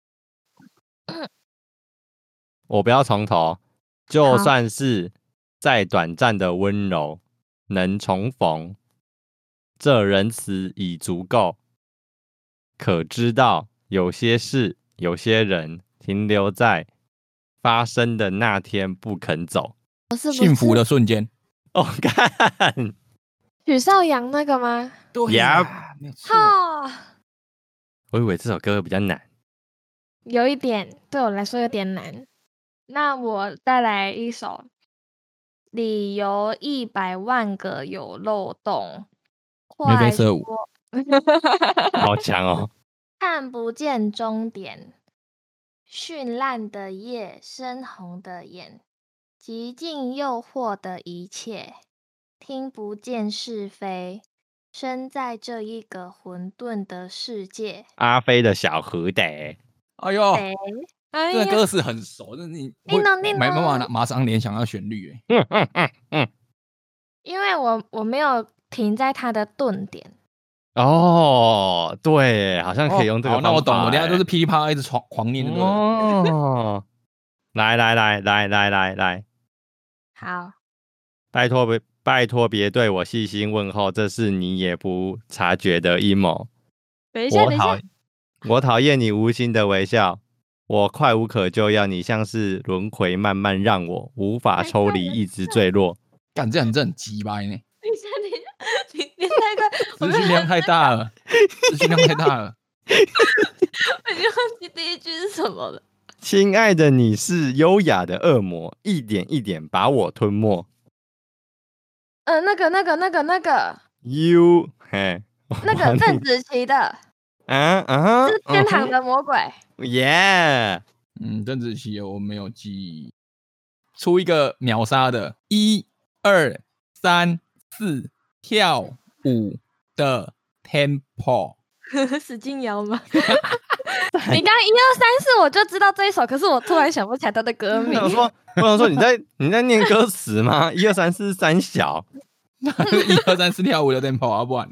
我不要从头，就好算是再短暂的温柔，能重逢，这仁慈已足够。可知道有些事，有些人停留在发生的那天不肯走。 不是不幸福是的瞬间。 哦，看， 许绍洋那个吗？ 对啦，没有错。 哈， 我以为这首歌会比较难。 有一点对我来说有点难。那我再来一首，理由一百万个有漏洞， 眉飞快色舞说， 好强哦！ 看不见终点，绚烂的夜，深红的眼，极尽诱惑的一切，听不见是非，身在这一个混沌的世界。 阿飞的小河的， 哎呦， 谁？哎呀， 这个歌词很熟，但是你会叮咚叮没办法咚马上联想到旋律。哎， 嗯嗯嗯嗯， 因为我我没有停在它的顿点。 哦，对，好像可以用这个好， 方法、 那我懂，我等一下欸都是噼里啪啦一直狂狂念的。 哦，来来来来来来来， 好， 拜托别拜托别对我细心问候，这是你也不察觉的阴谋。 等一下，等一下， 我讨我讨厌你无心的微笑，我快无可救药，你像是轮回，慢慢让我无法抽离，一直坠落。 干这样这很鸡掰呢， 等一下，等一下，你你太快， 资讯量太大了，资讯量太大了。 我已经忘记第一句是什么了。 亲爱的，你是优雅的恶魔，一点一点把我吞没。 呃，那个、那个、那个、那个、 You， 嘿， 那个邓紫棋的啊啊， 是天堂的魔鬼。 耶！ 嗯，邓紫棋我没有记忆。出一个秒杀的，一、二、三、四，跳舞的 tempo。 使劲摇吗？你刚一二三四，我就知道这一首，可是我突然想不起来它的歌名。 我想说，我想说，你在你在念歌词吗？一二三四三小， 一二三四跳舞的 tempo 啊，不然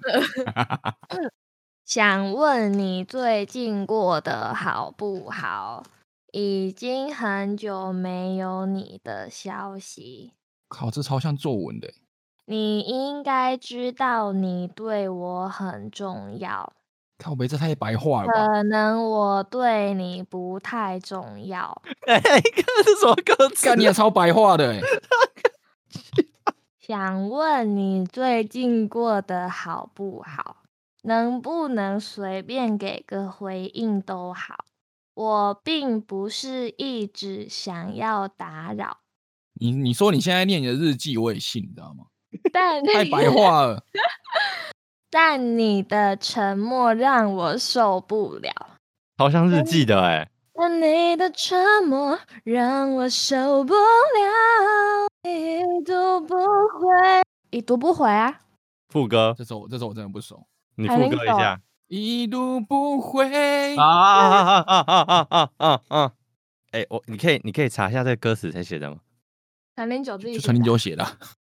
想问你最近过得好不好？已经很久没有你的消息。 靠，这超像作文的欸。 你应该知道你对我很重要， 靠北，这太白话了吧？ 可能我对你不太重要。 哎，这是什么歌词？ 干你也超白话的欸。 想问你最近过得好不好？能不能随便给个回应都好。我并不是一直想要打扰， 你你说你现在念你的日记，我也信，你知道吗？ 但太白话了。 但你的沉默让我受不了。 好像日记的哎、欸。 但你的沉默让我受不了，已读不回，已读不回啊！ 副歌， 这首这首我真的不熟， 你副歌一下。 已读不回啊啊啊啊啊啊啊啊！哎、欸，我你可以你可以查一下这个歌词谁写的吗？ 陈零九自己写的， 就陈零九写的。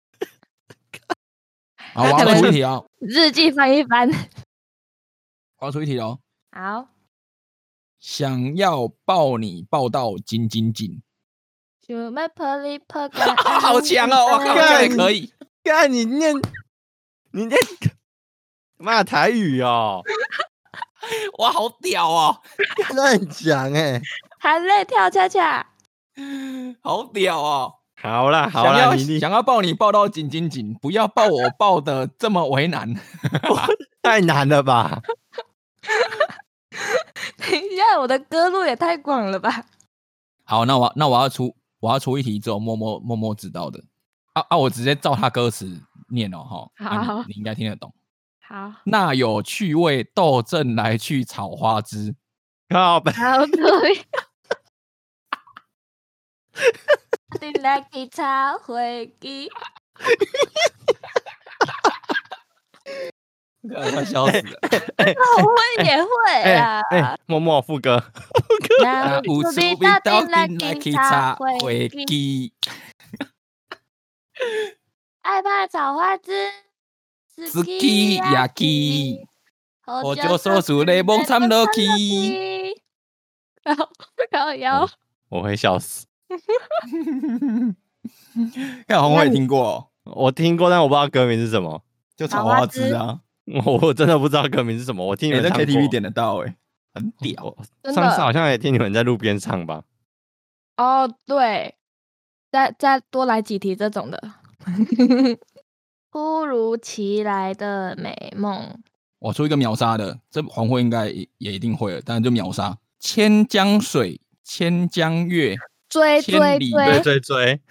好，我要出一题哦。 日记翻一翻。 我要出一题哦。 好。 想要抱你抱到紧紧紧。好强哦！我靠，这样也可以。 看你念，你念骂台语哦。 哇，好屌哦！ 那很强哎。 含泪跳恰恰。 好屌哦！ 好啦好啦， 你想要抱你抱到紧紧紧，不要抱我抱的这么为难。 太难了吧？ 等一下，我的歌路也太广了吧？ 好，那我那我要出我要出一题之后默默默默知道的啊啊！我直接照他歌词念哦哈， 好、 啊你，你应该听得懂。 好， 那有趣味斗阵来去炒花枝。 靠北， 好对。你来去炒回机。 快笑死了！ 我会也会啊。 哎、欸欸，默默副歌， 副歌。那有趣味斗阵来去炒回机。爱怕炒花枝。 斯基亚基，我就说出雷蒙参落去。 高腰， 我会笑死。 看红伟听过、哦， 我听过，但我不知道歌名是什么， 就炒花枝啊。 我真的不知道歌名是什么，我听你们在 K T V 点得到、欸，哎，很屌。 上次好像也听你们在路边唱吧？ 哦，对，再再多来几题这种的。突如其来的美梦， 我出一个秒杀的，这黄慧应该 也, 也一定会了，但就秒杀。千江水，千江月， 追追追追追。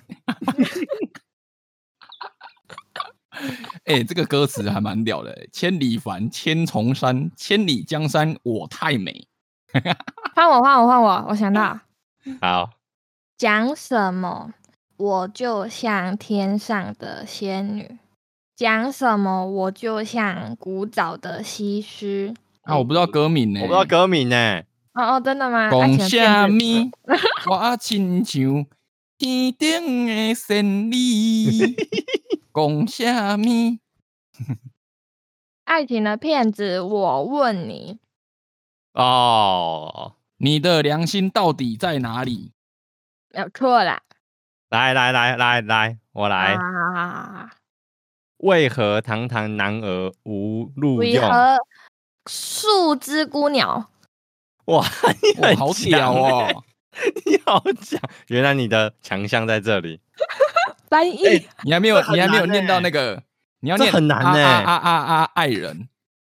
哎、欸，这个歌词还蛮屌的、欸。千里帆，千重山，千里江山我太美。 换我，换我，换我，我想到。 好， 讲什么我就像天上的仙女，讲什么我就像古早的西施。 啊，我不知道歌名呢、欸， 我不知道歌名呢、欸。 哦哦，真的吗？ 讲什么？我亲像天顶的仙女。讲什么？ 爱情的骗子，我问你。 哦， 你的良心到底在哪里？ 没有错啦。 来来来来来，我来。 啊、 为何堂堂男儿无路用？ 为何树枝孤鸟？ 哇，你很好屌哦！ 你好强，原来你的强项在这里。 翻译、 欸， 你还没有，你还没有念到那个，你要念很难呢、欸。 啊啊啊啊！爱人。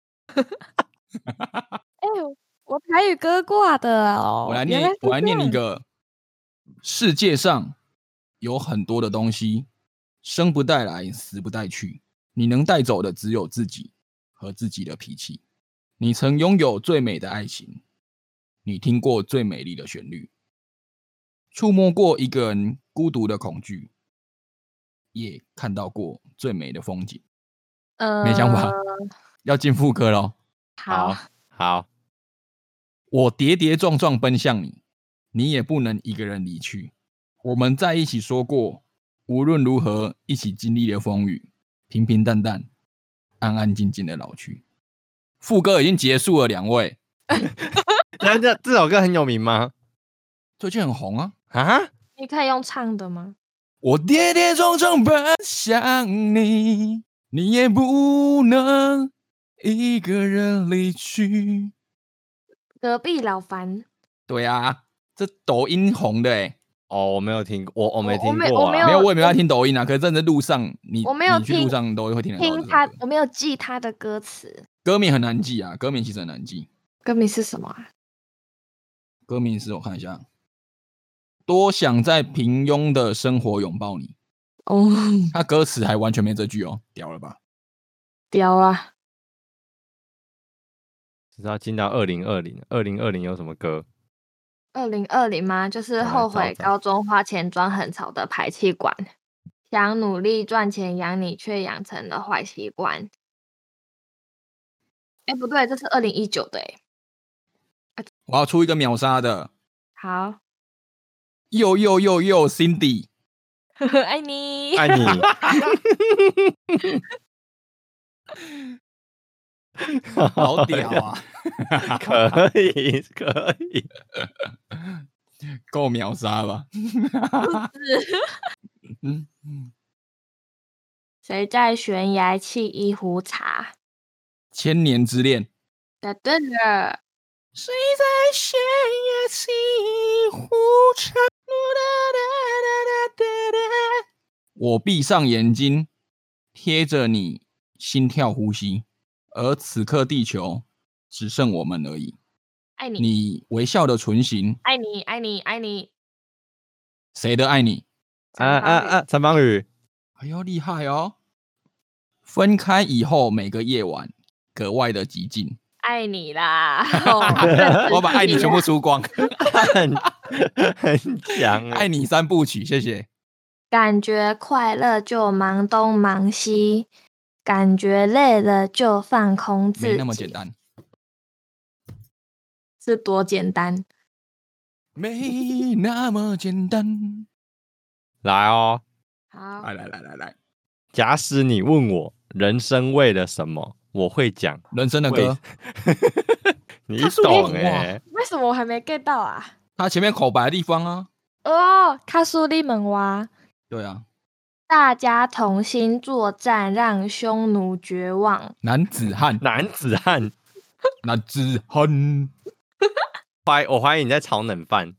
哎、欸，我台语歌挂的哦。 我来念，我来念一个。世界上有很多的东西，生不带来，死不带去。你能带走的只有自己和自己的脾气。你曾拥有最美的爱情，你听过最美丽的旋律，触摸过一个人孤独的恐惧，也看到过最美的风景。 呃， 没想法，要进副歌咯。 好好， 我跌跌撞撞奔向你，你也不能一个人离去。我们在一起说过，无论如何一起经历了风雨，平平淡淡，安安静静的老去。副歌已经结束了，两位。 那这这首歌很有名吗？ 最近很红啊！ 啊？ 你可以用唱的吗？ 我跌跌撞撞奔向你，你也不能一个人离去。 隔壁老樊。 对啊，这抖音红的哎、欸。 哦，我没有听过，我我没听过、 啊，我没有， 没有，我也没有在听抖音啊。可是真的路上，你我没有你去路上都会听得到。 听他，我没有记他的歌词。 歌名很难记啊，歌名其实很难记。 歌名是什么啊？ 歌名是我看一下，多想在平庸的生活拥抱你。 哦， 他歌词还完全没这句哦，屌了吧？ 屌啊！ 知道进到二零二零，二零二零有什么歌？ 二零二零吗？就是我来后悔找找高中花钱装很潮的排气管，想努力赚钱养你，却养成了坏习惯。哎，不对，这是二零一九的哎。 我要出一个秒杀的。 好， 又又又又 Cindy， 爱你， 爱你。 好屌啊！ 可以可以， 够秒杀吧？ 谁在悬崖沏一壶茶？ 千年之恋。 答对了。 谁在悬崖沏一壶茶？我闭上眼睛，贴着你心跳呼吸，而此刻地球只剩我们而已。 爱你， 你微笑的唇形， 爱你，爱你，爱你。 谁的爱你？ 啊啊啊！陈芳宇， 哎呦，厉害哦！分开以后，每个夜晚格外的寂静。 爱你啦！ 我把爱你全部输光， 很很强， 爱你三部曲，谢谢。 感觉快乐就忙东忙西，感觉累了就放空自己。 没那么简单， 是多简单？ 没那么简单。 来哦， 好， 来来来来来， 假使你问我人生为了什么，我会讲人生的歌。 你懂哎、欸？ 为什么我还没 get 到啊？ 他前面口白的地方啊。 哦，卡苏利门娃。 对啊， 大家同心作战，让匈奴绝望。 男子汉， 男子汉， 男子汉。 怀我怀疑你在炒冷饭，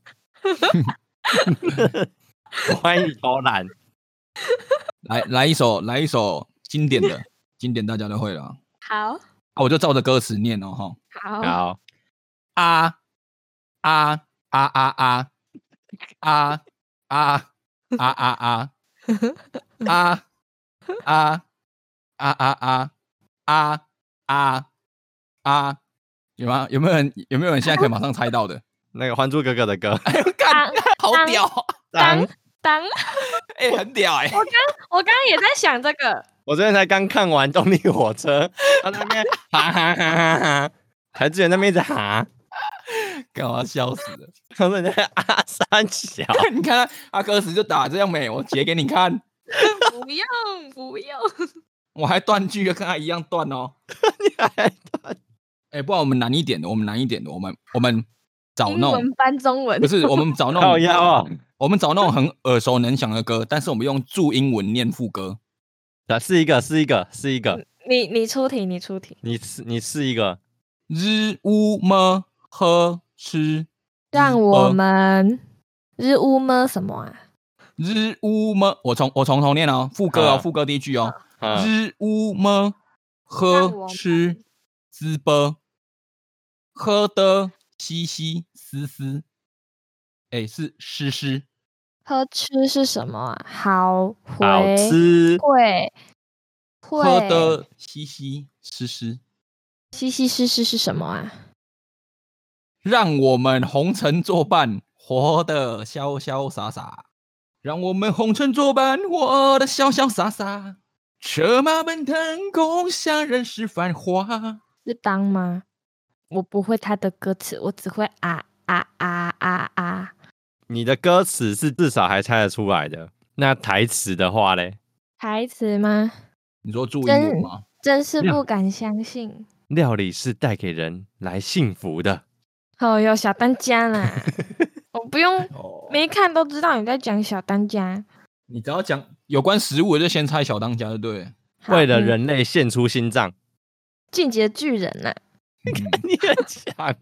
我怀疑你偷懒。 来来一首，来一首经典的，经典大家都会了。 好， 啊，我就照着歌词念哦，哈。 好， 好， 啊啊啊啊啊啊啊啊啊啊啊啊啊啊啊啊啊！有吗？有没有人？有没有人现在可以马上猜到的？ 那个《还珠格格》的歌， 哎呦，干，好屌！ 当当， 哎，很屌哎！ 我刚我刚刚也在想这个。 我昨天才刚看完《动力火车》，他那边哈哈哈哈哈，台志远那边一直哈， 干嘛笑死了？ 他说你在阿三小， 你看他歌词就打这样美，我截给你看。 不用不用， 我还断句，跟他一样断哦。 你还断？ 哎、欸，不然我们难一点的，我们难一点的，我们我们找那种英文翻中文， 不是我们找那靠种腰啊！ 我们找那种很耳熟能详的歌，但是我们用注英文念副歌。 啊，是一个，是一个，是一个。 你你出题，你出题。 你是你是一个日乌么呵吃， 让我们日乌么什么啊？ 日乌么，我从我从头念哦，副歌哦， 啊副歌第一句哦， 啊日乌么呵吃滋啵，喝的嘻嘻丝丝，哎，是诗诗。 喝吃是什么啊？好回好吃， 会会喝的嘻嘻诗诗， 嘻嘻诗诗是什么啊？ 让我们红尘作伴，活得潇潇洒洒。让我们红尘作伴，活得潇潇洒洒。车马奔腾，共享人世繁华。 是当吗？我不会他的歌词，我只会啊啊啊啊啊。 你的歌词是至少还猜得出来的，那台词的话嘞？ 台词吗？ 你说注英文吗？ 真是不敢相信。 料理是带给人来幸福的。 哦哟，小当家啦！我不用没看都知道你在讲小当家。 你只要讲有关食物的，就先猜小当家，对不对？ 为了人类献出心脏， 进阶巨人呐、啊！ 你很强。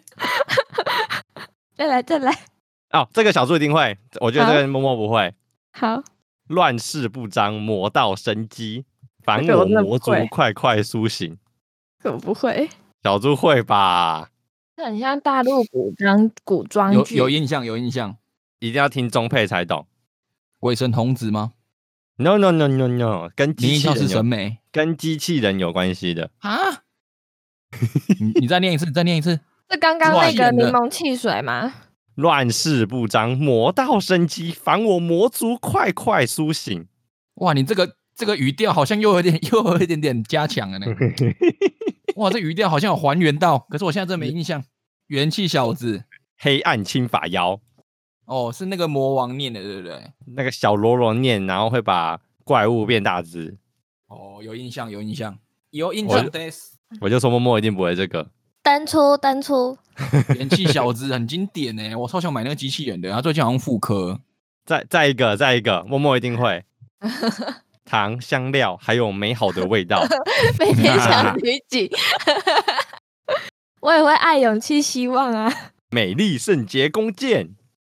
再来再来。 哦，这个小猪一定会，我觉得这个默默不会。 好， 乱世不彰，魔道生机，凡我魔族快快苏醒。 我不会， 小猪会吧？ 这很像大陆古装古装剧， 有有印象有印象， 一定要听中配才懂。 鬼神童子吗 ？No No No No No， 跟机器人是审美， 跟机器人有关系的啊？ 你你再念一次，你再念一次。 是刚刚那个柠檬汽水吗？ 乱世不彰，魔道生机，烦我魔族快快苏醒。 哇，你这个这个语调好像又有点又有一点点加强了呢。哇，这语调好像有还原到，可是我现在真没印象。元气小子， 黑暗侵法妖。 哦，是那个魔王念的，对不对？ 那个小罗罗念，然后会把怪物变大只。 哦，有印象，有印象，有印象的。 我就说默默一定不会这个。 单出单出， 元气小子很经典呢，我超想买那个机器人的，他最近好像复刻。 再再一个，再一个，默默一定会。糖、香料，还有美好的味道。 每天想取景。我也会爱勇气希望啊。 美丽圣洁弓箭。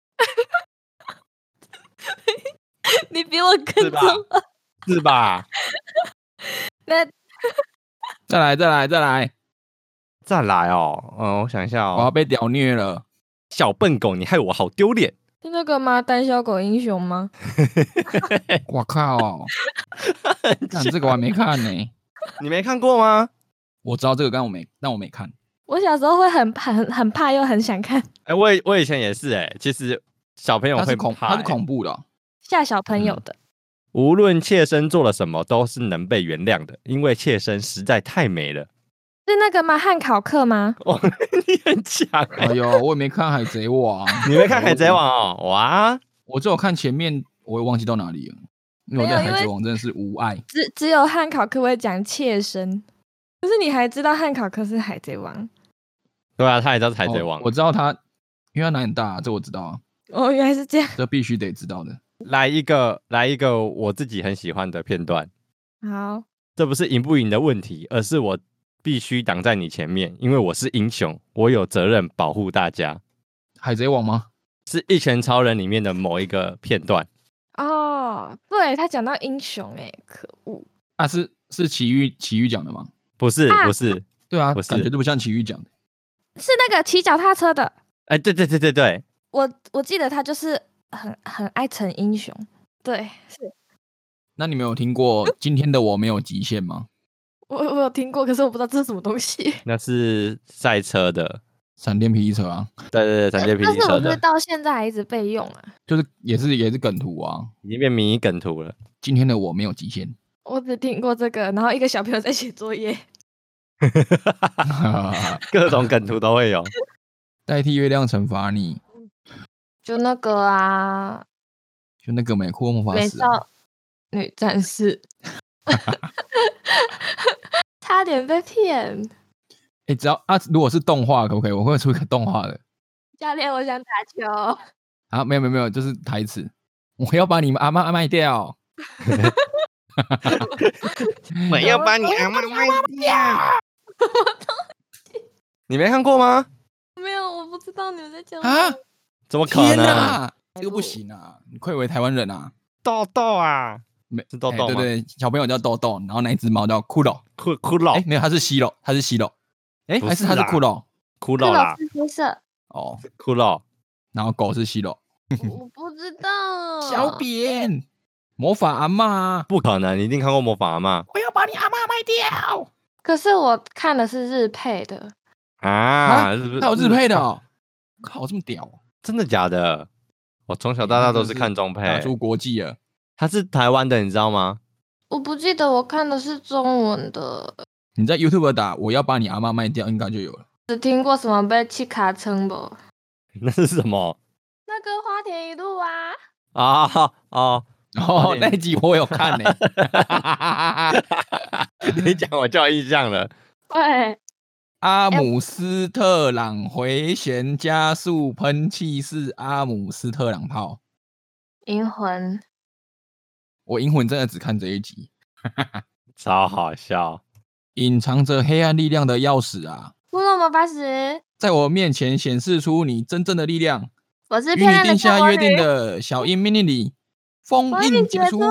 你比我更重了， 是吧？ 那再来，再来，再来， 再来哦。嗯，我想一下哦。 我要被屌虐了， 小笨狗，你害我好丢脸。 是那个吗？胆小狗英雄吗？ 我靠！看这个我还没看呢、欸。 你没看过吗？ 我知道这个，但我没，但我没看。 我小时候会很很很怕，又很想看。 哎、欸，我我以前也是哎、欸。其实小朋友会怕、欸， 它是恐，它是恐怖的、哦， 吓小朋友的。 嗯、无论妾身做了什么，都是能被原谅的，因为妾身实在太美了。 是那个吗？汉考克吗？ 哦，你很强、欸！ 哎呦，我也没看海贼王， 你没看海贼王哦？哇！ 我只有看前面，我也忘记到哪里了。因为我对海贼王真的是无爱。 只只有汉考克会讲妾身，可是你还知道汉考克是海贼王？ 对啊，他也知道是海贼王、 哦。我知道他，因为他奶很大、啊，这我知道啊。 哦，原来是这样， 这必须得知道的。 来一个，来一个我自己很喜欢的片段。 好， 这不是赢不赢的问题，而是我必须挡在你前面，因为我是英雄，我有责任保护大家。 海贼王吗？ 是一拳超人里面的某一个片段。 哦，对，他讲到英雄哎、欸，可恶啊！是是奇遇奇遇讲的吗？ 不是， 啊、 不是， 对啊， 不是， 感觉都不像奇遇讲的。 是那个骑脚踏车的。 哎、欸，对对对对对， 我我记得他就是很很爱成英雄。对，是。 那你们有听过今天的我没有极限吗？ 我我有听过，可是我不知道这是什么东西。 那是赛车的。 闪电霹雳车啊， 对对对，闪电霹雳车的。 但是我是到现在还一直被用啊， 就是也是也是梗图啊， 已经变迷梗图了。 今天的我没有极限， 我只听过这个，然后一个小朋友在写作业， 各种梗图都会有。 代替月亮惩罚你， 就那个啊， 就那个美酷魔法美使、啊、 少女战士，差点被骗。 哎、欸，只要啊，如果是动画可不可以？我会出一个动画的。 教练，我想打球。 啊，没有没有没有，就是台词。我要把你们阿妈卖掉。 我要把你阿妈卖掉。你没看过吗？ 没有，我不知道你们在讲啊？ 怎么可能？ 天哪，这个不行啊！你愧为台湾人啊？ 豆豆啊， 没是豆豆吗、 欸？对对，小朋友叫豆豆，然后那一只猫叫骷髅。 骷骷髅？ 哎、欸，没有，它是西肉，它是西肉。哎、欸，还是它是骷髅？ 骷髅啦， 是黑色。 哦， 骷髅。 然后狗是西肉。 我不知道。 小扁，魔法阿嬷， 不可能，你一定看过魔法阿嬷。 我要把你阿嬷卖掉。 可是我看的是日配的啊， 它有日配的哦。靠，这么屌、哦！ 真的假的？我从小到大都是看中配， 打出国际了。 他是台湾的，你知道吗？ 我不记得我看的是中文的。 你在 YouTube 打我要把你阿嬷卖掉，应该就有了。 只听过什么被气卡称不？ 那是什么？ 那个花田一路啊！ 啊哦哦，那一集我有看呢、欸。 你讲我就有印象了。 对， 阿姆斯特朗回旋加速喷气式阿姆斯特朗炮。 银魂， 我银魂真的只看这一集， 超好笑。 隐藏着黑暗力量的钥匙啊！ 骷髅魔法使， 在我面前显示出你真正的力量。 我是与你定下约定的小樱命令里，封印解除。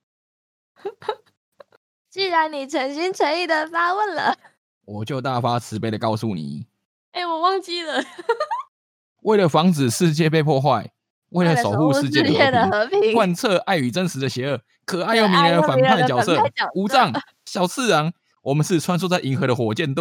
既然你诚心诚意的发问了， 我就大发慈悲的告诉你。 哎、欸，我忘记了。 为了防止世界被破坏，为了守护世界的和平，贯彻爱与真实的邪恶，可爱又迷人的反派角色无障、小次郎，我们是穿梭在银河的火箭队。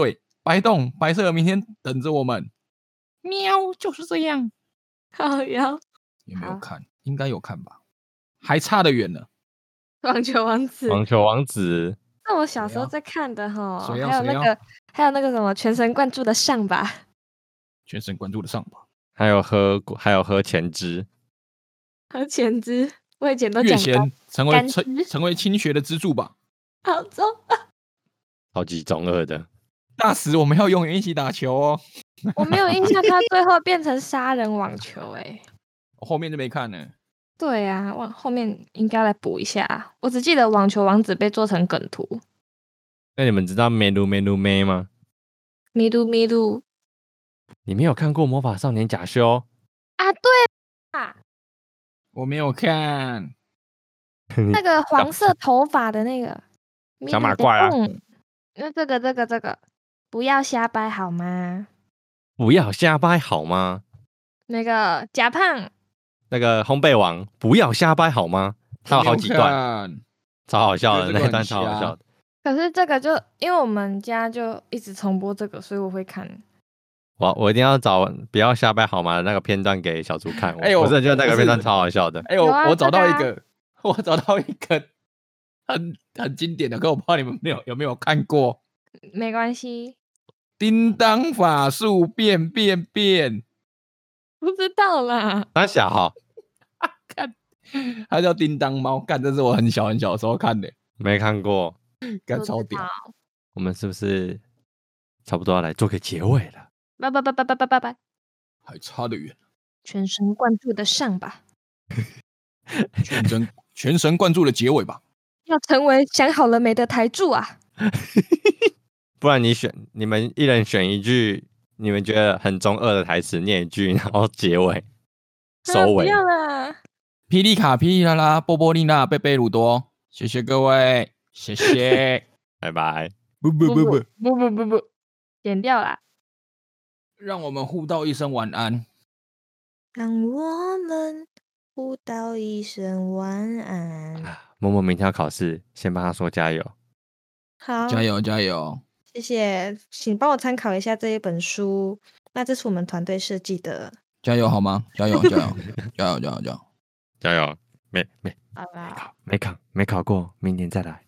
白洞，白色的明天等着我们。喵，就是这样。 好呀， 有没有看？应该有看吧？还差得远呢。 网球王子， 网球王子， 那我小时候在看的哈， 谁啊还有那个还有那个什么全神贯注的上吧， 全神贯注的上吧， 还有喝还有喝前汁， 喝前汁，我以前都月讲前成为干成成为清学的支柱吧。 好中， 超级中二的。 大使，我们要永远一起打球哦。 我没有印象他最后变成杀人网球哎、欸， 我后面就没看了。 对啊，我后面应该来补一下，我只记得网球王子被做成梗图。 那你们知道梅鲁梅鲁梅吗？ 咪噜咪噜你没有看过《魔法少年假修》 啊？对啊， 我没有看。 那个黄色头发的那个小马怪啊。 嗯，那这个这个这个不要瞎掰好吗？ 不要瞎掰好吗？ 那个假胖， 那个烘焙王，不要瞎掰好吗？他有好几段，超好笑的，那段超好笑的。 可是这个就因为我们家就一直重播这个，所以我会看。 我我一定要找不要瞎掰好吗的那个片段给小猪看。 哎呦， 我真的觉得那个片段超好笑的。 哎呦， 啊、 我找到一个， 啊、 我找到一个很很经典的，可我不知道你们没有有没有看过。 没关系。 叮当法术变变变， 不知道啦。 那小哈， 看，它叫叮当猫，干，这是我很小很小的时候看的， 没看过， 干超屌。 我们是不是差不多要来做个结尾了？ 拜拜拜拜拜拜拜拜， 还差得远。 全神贯注的上吧， 全神全神贯注的结尾吧。 要成为想好了没的台柱啊！ 不然你选，你们一人选一句你们觉得很中二的台词，念一句，然后结尾收尾。 不要啦！ 霹雳卡、霹雳啦啦、波波丽娜、贝贝鲁多，谢谢各位，谢谢， 拜拜。 不不不不不不不不，剪掉啦。 让我们互道一声晚安。 让我们互道一声晚安。 默默明天要考试，先帮他说加油。 好， 加油加油！ 谢谢，请帮我参考一下这一本书。那这是我们团队设计的。 加油好吗？加油加油加油加油加油！ 加油！没没好啦， 没考没考没考过，明年再来。